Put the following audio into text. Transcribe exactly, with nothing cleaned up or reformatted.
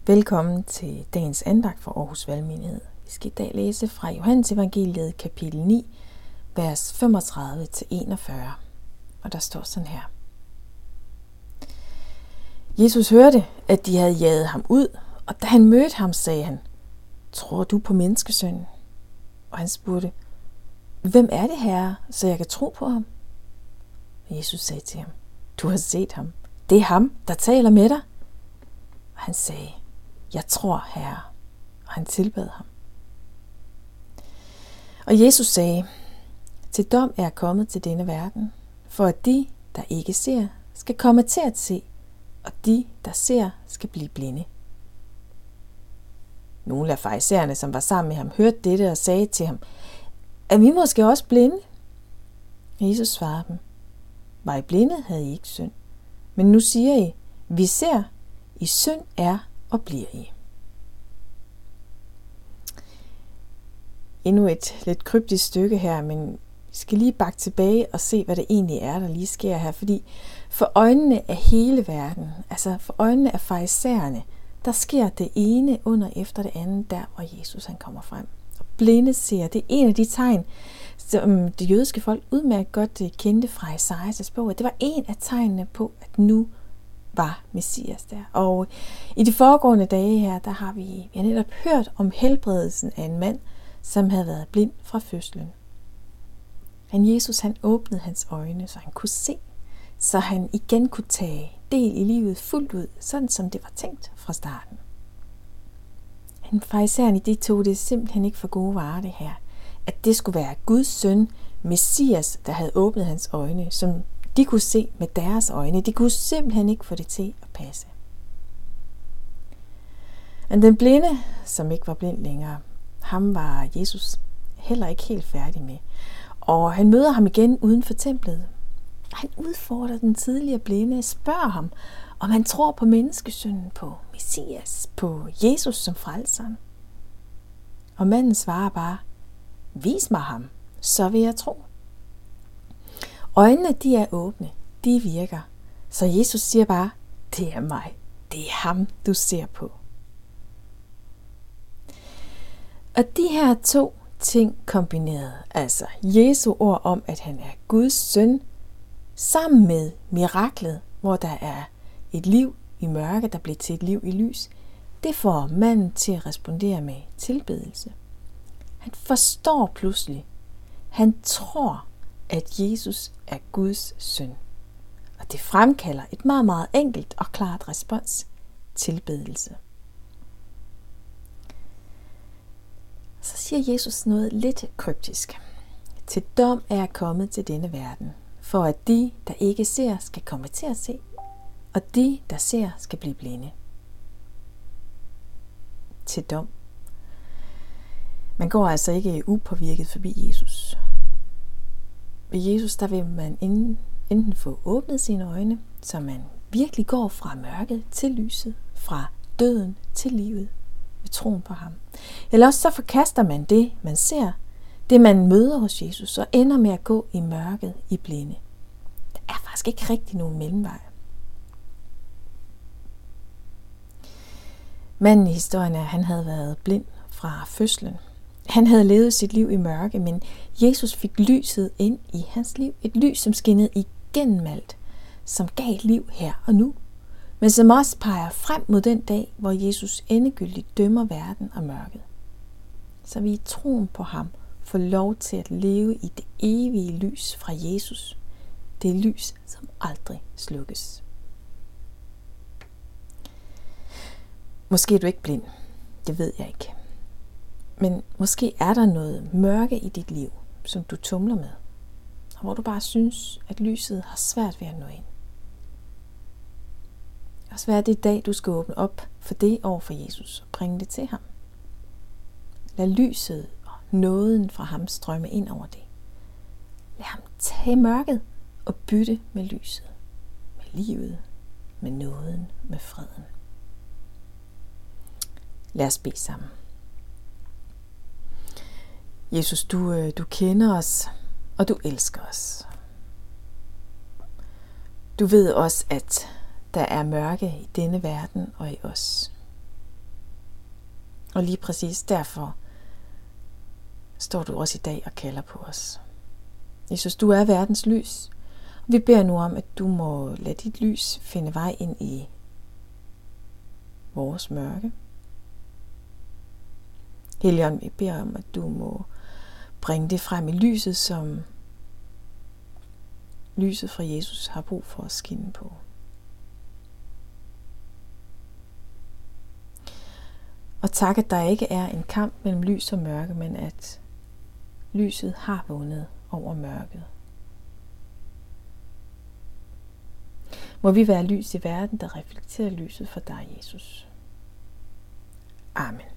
Velkommen til dagens andagt fra Aarhus Valgmenighed. Vi skal i dag læse fra Johannes Evangeliet kapitel ni, vers femogtredive til enogfyrre. Og der står sådan her. Jesus hørte, at de havde jaget ham ud, og da han mødte ham, sagde han, tror du på menneskesønnen? Og han spurgte, hvem er det, Herre, så jeg kan tro på ham? Og Jesus sagde til ham, du har set ham. Det er ham, der taler med dig. Og han sagde, jeg tror, Herre. Og han tilbad ham. Og Jesus sagde, til dom er jeg kommet til denne verden, for at de, der ikke ser, skal komme til at se, og de, der ser, skal blive blinde. Nogle af farisæerne, som var sammen med ham, hørte dette og sagde til ham, er vi måske også blinde? Jesus svarede dem, var I blinde, havde I ikke synd. Men nu siger I, vi ser, I synd er og bliver I. Endnu et lidt kryptisk stykke her, men vi skal lige bakke tilbage og se, hvad det egentlig er, der lige sker her. Fordi for øjnene af hele verden, altså for øjnene af farisæerne, der sker det ene under efter det andet, der hvor Jesus han kommer frem. Og blinde ser, det er en af de tegn, som det jødiske folk udmærket godt kendte fra Esajas bog. Det var en af tegnene på, at nu var Messias der. Og i de foregående dage her, der har vi, vi har netop hørt om helbredelsen af en mand, som havde været blind fra fødslen. Men Jesus han åbnede hans øjne, så han kunne se, så han igen kunne tage del i livet fuldt ud, sådan som det var tænkt fra starten. Men farisæerne, de tog det simpelthen ikke for gode varer det her, at det skulle være Guds søn, Messias, der havde åbnet hans øjne, som de kunne se med deres øjne. De kunne simpelthen ikke få det til at passe. Men den blinde, som ikke var blind længere, ham var Jesus heller ikke helt færdig med. Og han møder ham igen uden for templet. Han udfordrer den tidligere blinde, spørger ham, om han tror på menneskesønnen, på Messias, på Jesus som frelseren. Og manden svarer bare, vis mig ham, så vil jeg tro. Øjnene, de er åbne, de virker. Så Jesus siger bare, det er mig, det er ham, du ser på. Og de her to ting kombineret, altså Jesu ord om, at han er Guds søn, sammen med miraklet, hvor der er et liv i mørke, der bliver til et liv i lys, det får manden til at respondere med tilbedelse. Han forstår pludselig, han tror, at Jesus er Guds søn. Og det fremkalder et meget, meget enkelt og klart respons, tilbedelse. Så siger Jesus noget lidt kryptisk. Til dom er jeg kommet til denne verden, for at de, der ikke ser, skal komme til at se, og de, der ser, skal blive blinde. Til dom. Man går altså ikke upåvirket forbi Jesus. Ved Jesus, der vil man enten få åbnet sine øjne, så man virkelig går fra mørket til lyset, fra døden til livet, ved troen på ham. Eller også så forkaster man det, man ser, det man møder hos Jesus, og ender med at gå i mørket i blinde. Der er faktisk ikke rigtig nogen mellemvej. Manden i historien er, han havde været blind fra fødslen. Han havde levet sit liv i mørke, men Jesus fik lyset ind i hans liv. Et lys, som skinnede igennem alt, som gav liv her og nu, men som også peger frem mod den dag, hvor Jesus endegyldigt dømmer verden og mørket. Så vi i troen på ham får lov til at leve i det evige lys fra Jesus. Det lys, som aldrig slukkes. Måske er du ikke blind. Det ved jeg ikke. Men måske er der noget mørke i dit liv, som du tumler med, og hvor du bare synes, at lyset har svært ved at nå ind. Og så er det i dag, du skal åbne op for det over for Jesus og bringe det til ham. Lad lyset og nåden fra ham strømme ind over det. Lad ham tage mørket og bytte med lyset, med livet, med nåden, med freden. Lad os bede sammen. Jesus, du, du kender os, og du elsker os. Du ved også, at der er mørke i denne verden og i os. Og lige præcis derfor står du også i dag og kalder på os. Jesus, du er verdens lys. Vi beder nu om, at du må lade dit lys finde vej ind i vores mørke. Helligånd, vi beder om, at du må bringe det frem i lyset, som lyset fra Jesus har brug for at skinne på. Og tak, at der ikke er en kamp mellem lys og mørke, men at lyset har vundet over mørket. Må vi være lys i verden, der reflekterer lyset for dig, Jesus. Amen.